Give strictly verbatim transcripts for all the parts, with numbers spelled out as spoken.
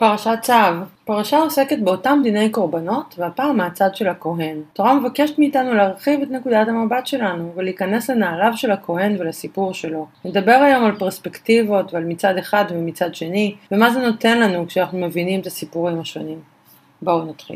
פרשת צו. פרשה עוסקת באותם דיני קורבנות, והפעם מהצד של הכהן. התורה מבקשת מאיתנו להרחיב את נקודת המבט שלנו, ולהיכנס לנעליו של הכהן ולסיפור שלו. נדבר היום על פרספקטיבות, ועל מצד אחד ומצד שני, ומה זה נותן לנו כשאנחנו מבינים את הסיפורים השונים. בואו נתחיל.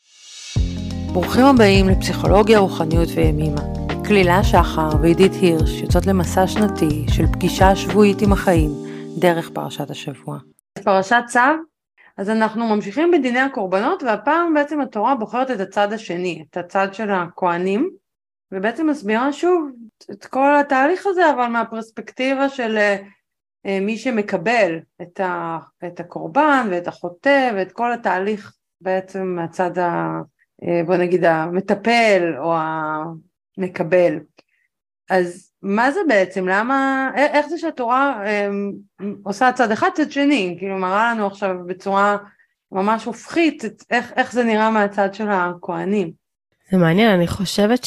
ברוכים הבאים לפסיכולוגיה, רוחניות וימימה. כלילה שחר ועידית הירש יוצאות למסע שנתי של פגישה שבועית עם החיים, דרך פרשת השבוע. פרשת צו. אז אנחנו ממשיכים בדיני הקורבנות, והפעם בעצם התורה בוחרת את הצד השני, את הצד של הכהנים, ובעצם מסבירה שוב את כל התהליך הזה, אבל מהפרספקטיבה של אה, מי שמקבל את, ה, את הקורבן ואת החוטא, ואת כל התהליך בעצם מהצד, ה, אה, בוא נגיד, המטפל או המקבל. אז מה זה בעצם? למה, איך זה שהתורה אה, עושה צד אחד, צד שני? כאילו מראה לנו עכשיו בצורה ממש הופכית, איך, איך זה נראה מהצד של הכהנים. זה מעניין, אני חושבת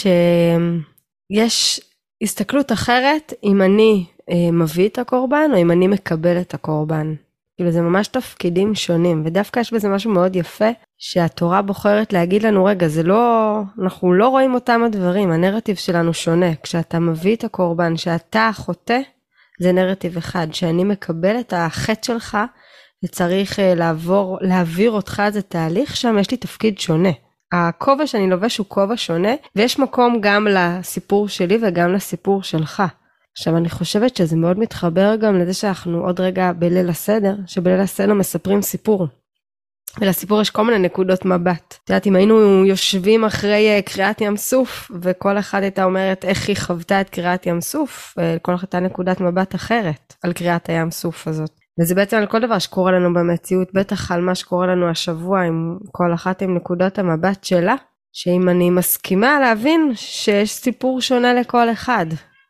שיש הסתכלות אחרת אם אני אה, מביא את הקורבן או אם אני מקבל את הקורבן. כאילו זה ממש תפקידים שונים, ודווקא יש בזה משהו מאוד יפה, שהתורה בוחרת להגיד לנו, רגע, זה לא, אנחנו לא רואים אותם הדברים, הנרטיב שלנו שונה. כשאתה מביא את הקורבן, שאתה חוטא, זה נרטיב אחד, שאני מקבל את החטא שלך, וצריך לעבור, להעביר אותך, זה תהליך, שם יש לי תפקיד שונה. הכובע שאני לובש הוא כובע שונה, ויש מקום גם לסיפור שלי וגם לסיפור שלך. עכשיו אני חושבת שזה מאוד מתחבר גם לזה שאנחנו עוד רגע בליל הסדר, שבליל הסדר מספרים סיפור. ולסיפור יש כל מיני נקודות מבט. את יודעת, אם היינו יושבים אחרי קריאת ים סוף, וכל אחד הייתה אומרת איך היא חוותה את קריאת ים סוף, כל אחת הייתה נקודת מבט אחרת על קריאת הים סוף הזאת. וזה בעצם על כל דבר שקורה לנו במציאות, בטח על מה שקורה לנו השבוע, עם כל אחת עם נקודות המבט שלה, שאם אני מסכימה להבין שיש סיפור שונה לכל אחד,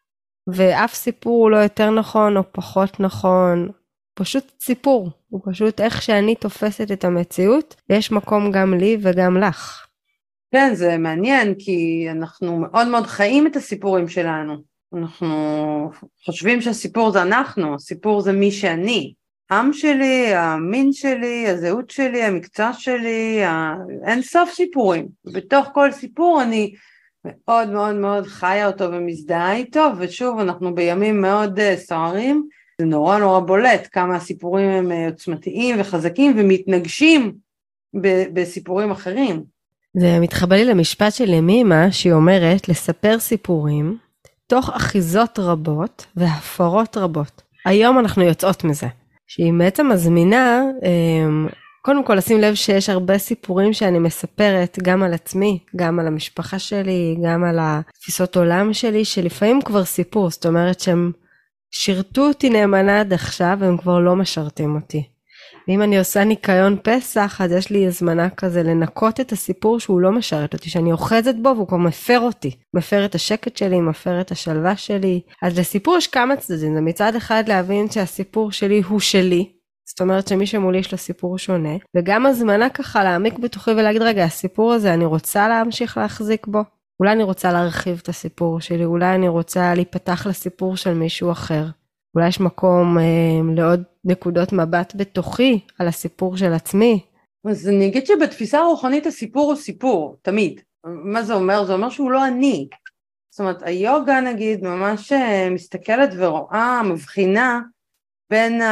ואף סיפור הוא לא יותר נכון או פחות נכון, פשוט סיפור, הוא פשוט איך שאני תופסת את המציאות, ויש מקום גם לי וגם לך. כן, זה מעניין, כי אנחנו מאוד מאוד חיים את הסיפורים שלנו. אנחנו חושבים שהסיפור זה אנחנו, הסיפור זה מי שאני. העם שלי, המין שלי, הזהות שלי, המקצוע שלי, אין סוף סיפורים. בתוך כל סיפור אני מאוד מאוד מאוד חיה אותו ומזדהה איתו, ושוב אנחנו בימים מאוד סוערים, זה נורא נורא בולט כמה הסיפורים הם עוצמתיים וחזקים ומתנגשים ב- בסיפורים אחרים. זה מתחבר לי למשפט של ימימה שהיא אומרת לספר סיפורים תוך אחיזות רבות והפרות רבות. היום אנחנו יוצאות מזה. שהיא בעצם מזמינה, קודם כל לשים לב שיש הרבה סיפורים שאני מספרת גם על עצמי, גם על המשפחה שלי, גם על התפיסות עולם שלי, שלפעמים כבר סיפור, זאת אומרת שהם שירתו אותי נאמנה עד עכשיו, והם כבר לא משרתים אותי. ואם אני עושה ניקיון פסח, אז יש לי הזמנה כזה לנקות את הסיפור שהוא לא משרת אותי, שאני אוחזת בו והוא כבר מפר אותי. מפר את השקט שלי, מפר את השלווה שלי. אז לסיפור יש כמה צדדים, זה מצד אחד להבין שהסיפור שלי הוא שלי, זאת אומרת שמי שמולי יש לו סיפור שונה, וגם הזמנה ככה להעמיק בתוכי ולהגיד, רגע, הסיפור הזה אני רוצה להמשיך להחזיק בו. אולי אני רוצה להרחיב את הסיפור שלי, אולי אני רוצה להיפתח לסיפור של מישהו אחר. אולי יש מקום אה, לעוד נקודות מבט בתוכי על הסיפור של עצמי. אז אני אגיד שבתפיסה הרוחנית הסיפור הוא סיפור, תמיד. מה זה אומר? זה אומר שהוא לא אני. זאת אומרת, היוגה נגיד ממש מסתכלת ורואה, מבחינה בין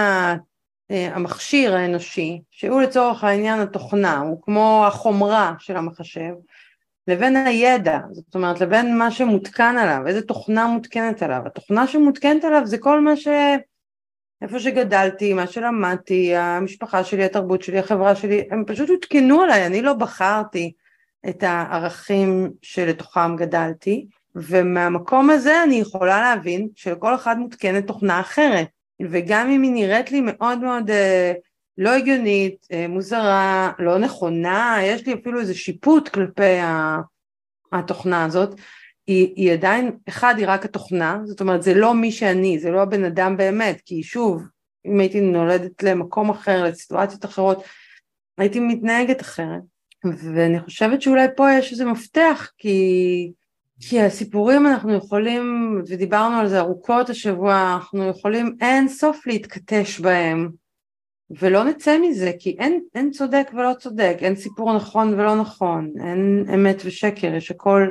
המכשיר האנושי, שהוא לצורך העניין התוכנה, הוא כמו החומרה של המחשב, לבין הידע, זאת אומרת, לבין מה שמותקן עליו, איזה תוכנה מותקנת עליו. התוכנה שמותקנת עליו זה כל מה ש... איפה שגדלתי, מה שלמדתי, המשפחה שלי, התרבות שלי, החברה שלי, הם פשוט הותקנו עליי, אני לא בחרתי את הערכים שלתוכם גדלתי, ומהמקום הזה אני יכולה להבין שלכל אחד מותקנת תוכנה אחרת, וגם אם היא נראית לי מאוד מאוד אה, לא הגיונית, אה, מוזרה, לא נכונה, יש לי אפילו איזה שיפוט כלפי התוכנה הזאת, היא, היא עדיין, אחד היא רק התוכנה, זאת אומרת זה לא מי שאני, זה לא הבן אדם באמת, כי שוב, אם הייתי נולדת למקום אחר, לסיטואציות אחרות, הייתי מתנהגת אחרת, ואני חושבת שאולי פה יש איזה מפתח, כי, כי הסיפורים אנחנו יכולים, ודיברנו על זה ארוכות השבוע, אנחנו יכולים אין סוף להתכתש בהם, ולא נצא מזה, כי אין, אין צודק ולא צודק, אין סיפור נכון ולא נכון, אין אמת ושקר, יש הכל,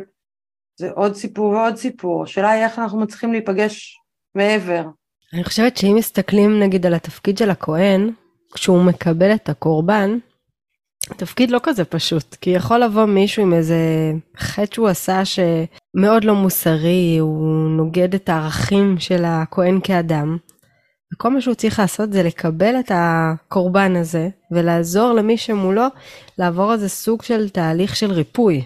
זה עוד סיפור ועוד סיפור, השאלה היא איך אנחנו מצליחים להיפגש מעבר. אני חושבת שאם מסתכלים נגיד על התפקיד של הכהן, כשהוא מקבל את הקורבן, התפקיד לא כזה פשוט, כי יכול לבוא מישהו עם איזה חטא שהוא עשה שמאוד לא מוסרי, הוא נוגד את הערכים של הכהן כאדם, וכל מה שהוא צריך לעשות זה לקבל את הקורבן הזה, ולעזור למי שמולו לעבור איזה סוג של תהליך של ריפוי,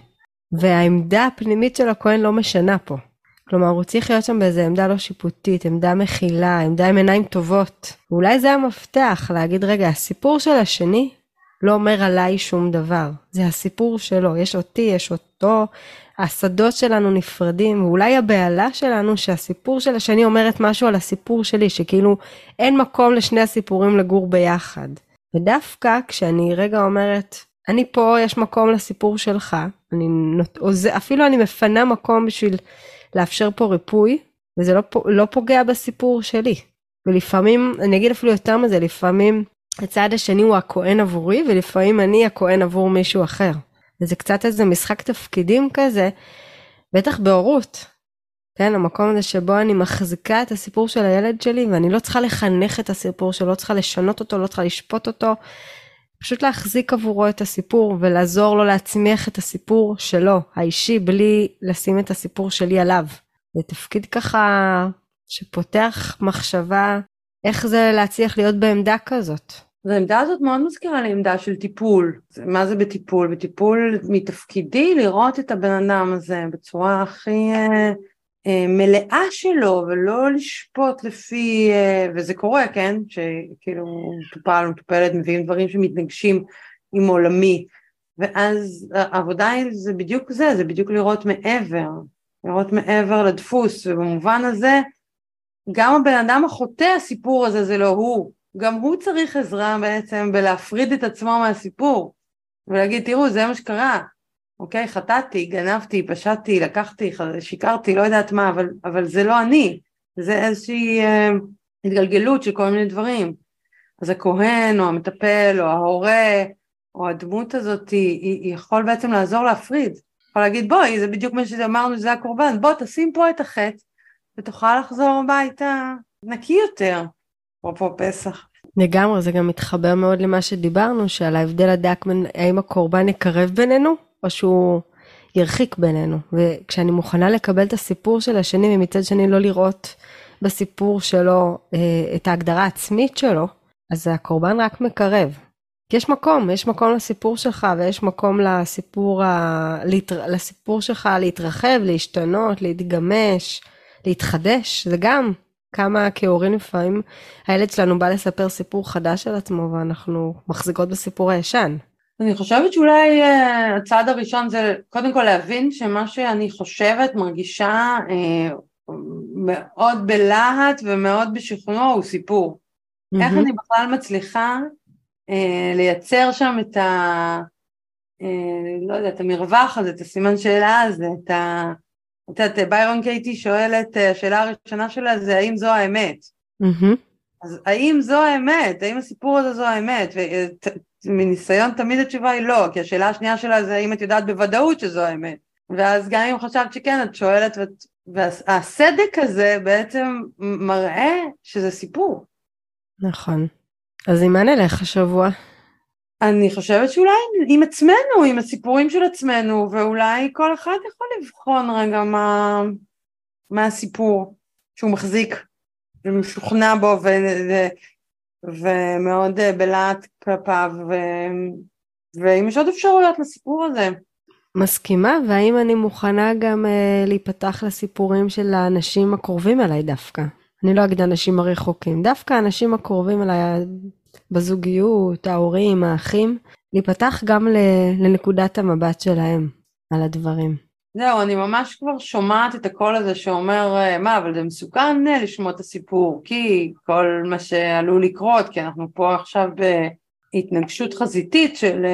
והעמדה הפנימית של הכהן לא משנה פה. כלומר, הוא צריך להיות שם באיזה עמדה לא שיפוטית, עמדה מכילה, עמדה עם עיניים טובות. ואולי זה המפתח להגיד, רגע, הסיפור של השני לא אומר עליי שום דבר. זה הסיפור שלו, יש אותי, יש אותו, השדות שלנו נפרדים, ואולי הבעלה שלנו שהסיפור של השני אומרת משהו על הסיפור שלי, שכאילו אין מקום לשני הסיפורים לגור ביחד. ודווקא כשאני רגע אומרת, אני פה, יש מקום לסיפור שלך, אני, או זה, אפילו אני מפנה מקום בשביל לאפשר פה ריפוי, וזה לא, לא פוגע בסיפור שלי. ולפעמים, אני אגיד אפילו יותר מזה, לפעמים הצד השני הוא הכהן עבורי, ולפעמים אני הכהן עבור מישהו אחר. וזה קצת איזה משחק תפקידים כזה, בטח בהורות. כן, המקום הזה שבו אני מחזיקה את הסיפור של הילד שלי, ואני לא צריכה לחנך את הסיפור שלו, לא צריכה לשנות אותו, לא צריכה לשפוט אותו, פשוט להחזיק עבורו את הסיפור, ולעזור לו להצמיח את הסיפור שלו, האישי, בלי לשים את הסיפור שלי עליו. זה תפקיד ככה שפותח מחשבה, איך זה להצליח להיות בעמדה כזאת. העמדה הזאת מאוד מזכירה לי עמדה של טיפול. מה זה בטיפול? בטיפול מתפקידי לראות את הבן אדם הזה בצורה הכי אה, אה, מלאה שלו, ולא לשפוט לפי, אה, וזה קורה, כן? שכאילו מטופל, מטופלת, מביאים דברים שמתנגשים עם עולמי, ואז העבודה היא, זה בדיוק זה, זה בדיוק לראות מעבר, לראות מעבר לדפוס, ובמובן הזה, גם הבן אדם החוטא הסיפור הזה זה לא הוא, גם הוא צריך עזרה בעצם בלהפריד את עצמו מהסיפור, ולהגיד תראו זה מה שקרה, אוקיי, חטאתי, גנבתי, פשעתי, לקחתי, שיקרתי, לא יודעת מה, אבל, אבל זה לא אני, זה איזושהי אה, התגלגלות של כל מיני דברים, אז הכהן או המטפל או ההורה או הדמות הזאת היא, היא יכול בעצם לעזור להפריד, יכול להגיד בואי זה בדיוק מה שאמרנו שזה הקורבן, בוא תשים פה את החטא, ותוכל לחזור הביתה נקי יותר, אפרופו פסח. לגמרי, זה גם מתחבר מאוד למה שדיברנו, שעל ההבדל הדק בין האם הקורבן יקרב בינינו, או שהוא ירחיק בינינו. וכשאני מוכנה לקבל את הסיפור של השני, ומצד שני לא לראות בסיפור שלו את ההגדרה העצמית שלו, אז הקורבן רק מקרב. כי יש מקום, יש מקום לסיפור שלך, ויש מקום לסיפור, ה... לסיפור שלך להתרחב, להשתנות, להתגמש, להתחדש. זה גם כמה כהורים לפעמים, הילד שלנו בא לספר סיפור חדש על עצמו, ואנחנו מחזיקות בסיפור הישן. אני חושבת שאולי uh, הצעד הראשון זה קודם כל להבין שמה שאני חושבת, מרגישה uh, מאוד בלהט ומאוד בשכנוע הוא סיפור. Mm-hmm. איך אני בכלל מצליחה uh, לייצר שם את ה... Uh, לא יודע, את המרווח הזה, את הסימן שאלה הזה, את ה... את יודעת, ביירון קייטי שואלת, השאלה הראשונה שלה זה האם זו האמת. Mm-hmm. אז האם זו האמת? האם הסיפור הזה זו האמת? ומניסיון תמיד התשובה היא לא, כי השאלה השנייה שלה זה האם את יודעת בוודאות שזו האמת. ואז גם אם חשבת שכן, את שואלת, והסדק הזה בעצם מראה שזה סיפור. נכון. אז אם אני אלך השבוע? אני חושבת שאולי עם עצמנו, עם הסיפורים של עצמנו, ואולי כל אחד יכול לבחון רגע מה, מה הסיפור שהוא מחזיק ומשוכנע בו ו, ו, ומאוד בלהט כלפיו, ו, ואם יש עוד אפשרויות לסיפור הזה. מסכימה, והאם אני מוכנה גם uh, להיפתח לסיפורים של האנשים הקרובים אליי דווקא? אני לא אגיד אנשים הרחוקים, דווקא האנשים הקרובים אליי בזוגיות, ההורים, האחים, להיפתח גם לנקודת המבט שלהם על הדברים. זהו, אני ממש כבר שומעת את הקול הזה שאומר, מה, אבל זה מסוכן לשמוע את הסיפור, כי כל מה שעלול לקרות, כי אנחנו פה עכשיו בהתנגשות חזיתית של,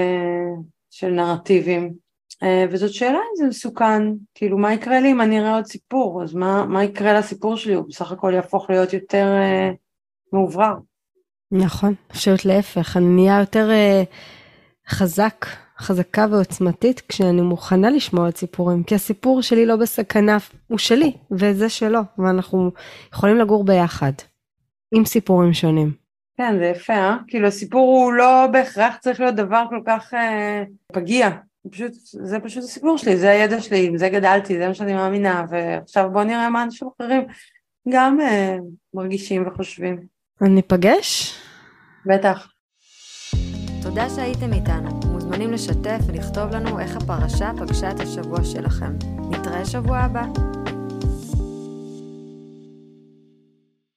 של נרטיבים, וזאת שאלה אם זה מסוכן, כאילו מה יקרה לי אם אני אראה עוד סיפור, אז מה, מה יקרה לסיפור שלי, הוא בסך הכל יהפוך להיות יותר מעוברר. נכון, פשוט להפך, אני נהיה יותר אה, חזק, חזקה ועוצמתית כשאני מוכנה לשמוע את סיפורים, כי הסיפור שלי לא בסכנה, הוא שלי, וזה שלו, ואנחנו יכולים לגור ביחד, עם סיפורים שונים. כן, זה יפה, אה? כאילו הסיפור הוא לא בהכרח צריך להיות דבר כל כך אה, פגיע, פשוט, זה פשוט הסיפור שלי, זה הידע שלי, עם זה גדלתי, זה מה שאני מאמינה, ועכשיו בוא נראה מה אנשים אחרים גם אה, מרגישים וחושבים. אני ניפגש? בטח. תודה שהייתם איתנו. מוזמנים לשתף ולכתוב לנו איך הפרשה פגשה את השבוע שלכם. נתראה שבוע הבא.